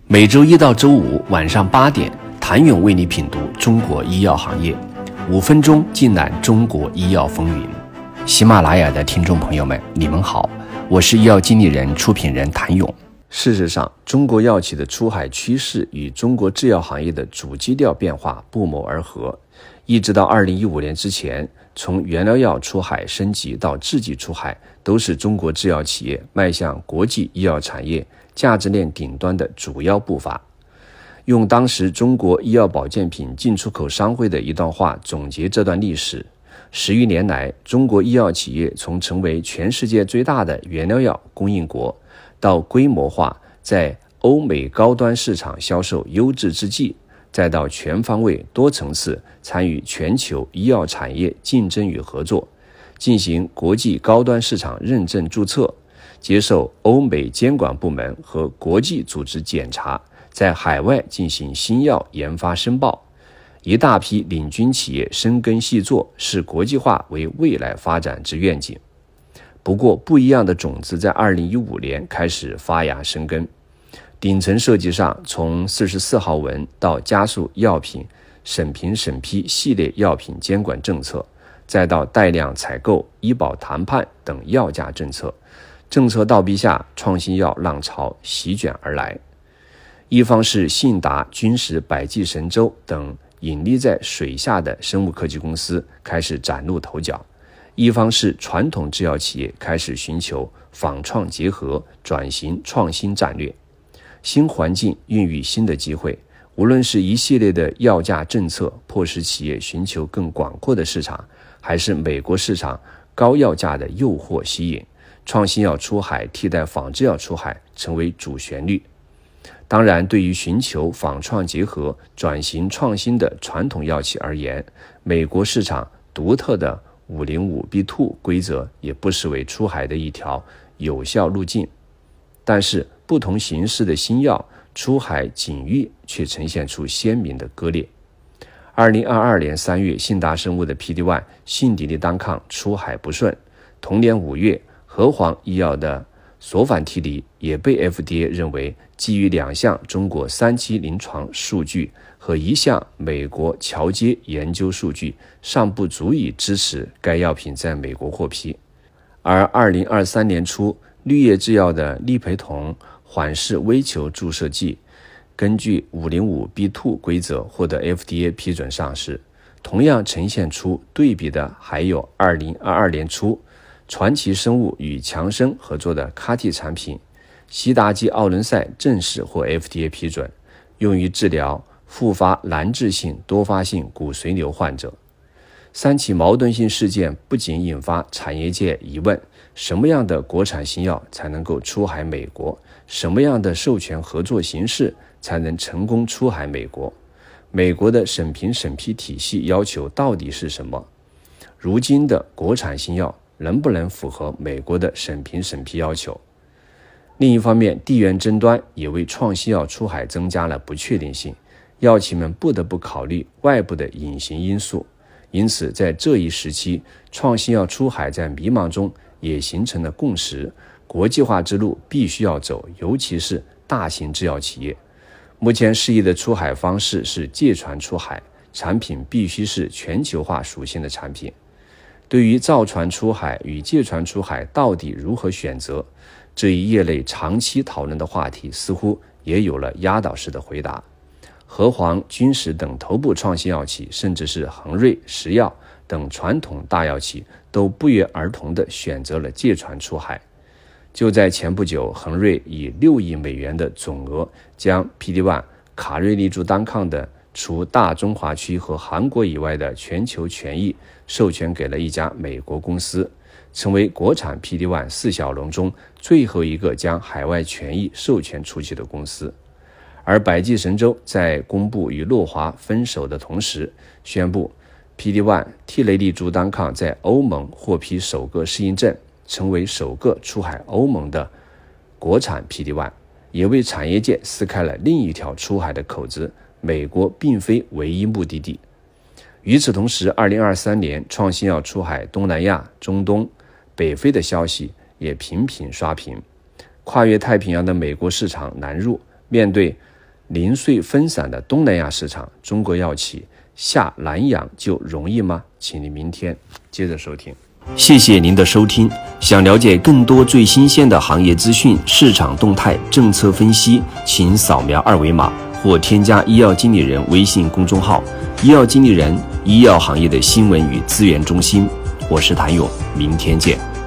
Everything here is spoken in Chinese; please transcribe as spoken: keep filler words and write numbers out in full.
每周一到周五晚上八点，谭勇为你品读中国医药行业，五分钟尽览中国医药风云。喜马拉雅的听众朋友们，你们好，我是医药经理人、出品人谭勇。事实上，中国药企的出海趋势与中国制药行业的主基调变化不谋而合。一直到二零一五年之前，从原料药出海升级到制剂出海，都是中国制药企业迈向国际医药产业价值链顶端的主要步伐。用当时中国医药保健品进出口商会的一段话总结这段历史：十余年来，中国医药企业从成为全世界最大的原料药供应国，到规模化在欧美高端市场销售优质制剂，再到全方位多层次参与全球医药产业竞争与合作，进行国际高端市场认证注册，接受欧美监管部门和国际组织检查，在海外进行新药研发申报。一大批领军企业深耕细作，视国际化为未来发展之愿景。不过，不一样的种子在二零一五年开始发芽生根。顶层设计上，从四十四号文到加速药品审评审批系列药品监管政策，再到带量采购、医保谈判等药价政策，政策倒逼下，创新药浪潮席卷而来。一方是信达、君实、百济神州等隐匿在水下的生物科技公司开始崭露头角，一方是传统制药企业开始寻求仿创结合、转型创新战略。新环境孕育新的机会，无论是一系列的药价政策迫使企业寻求更广阔的市场，还是美国市场高药价的诱惑吸引，创新药出海替代仿制药出海成为主旋律。当然，对于寻求仿创结合、转型创新的传统药企而言，美国市场独特的 五零五 B 二 规则也不失为出海的一条有效路径。但是，不同形式的新药出海境遇却呈现出鲜明的割裂。二零二二年三月，信达生物的 P D 一 信迪利单抗出海不顺，同年五月，和黄医药的索反替尼也被 F D A 认为基于两项中国三期临床数据和一项美国桥接研究数据尚不足以支持该药品在美国获批。而二零二三年初，绿叶制药的利培酮缓释微球注射剂根据 五零五 B 二 规则获得 F D A 批准上市。同样呈现出对比的还有二零二二年初传奇生物与强生合作的 C A R T 产品西达基奥伦赛正式获 F D A 批准，用于治疗复发难治性多发性骨髓瘤患者。三起矛盾性事件不仅引发产业界疑问，什么样的国产新药才能够出海美国？什么样的授权合作形式才能成功出海美国？美国的审评审批体系要求到底是什么？如今的国产新药能不能符合美国的审评审批要求？另一方面，地缘争端也为创新药出海增加了不确定性，药企们不得不考虑外部的隐形因素。因此，在这一时期，创新药出海在迷茫中也形成了共识，国际化之路必须要走，尤其是大型制药企业。目前适宜的出海方式是借船出海，产品必须是全球化属性的产品。对于造船出海与借船出海到底如何选择，这一业内长期讨论的话题似乎也有了压倒式的回答。和黄、君实等头部创新药企，甚至是恒瑞、石药等传统大药企都不约而同地选择了借船出海。就在前不久，恒瑞以六亿美元的总额将 P D 一 卡瑞利珠单抗的除大中华区和韩国以外的全球权益授权给了一家美国公司，成为国产 P D 一 四小龙中最后一个将海外权益授权出去的公司。而百济神州在公布与诺华分手的同时，宣布 P D 一 替雷利珠单抗在欧盟获批首个适应症，成为首个出海欧盟的国产 P D 一， 也为产业界撕开了另一条出海的口子，美国并非唯一目的地。与此同时，二零二三年创新药出海东南亚、中东、北非的消息也频频刷屏。跨越太平洋的美国市场难入，面对零碎分散的东南亚市场，中国药企下南洋就容易吗？请你明天接着收听。谢谢您的收听。想了解更多最新鲜的行业资讯、市场动态、政策分析，请扫描二维码或添加医药经理人微信公众号“医药经理人”，医药行业的新闻与资源中心。我是谭勇，明天见。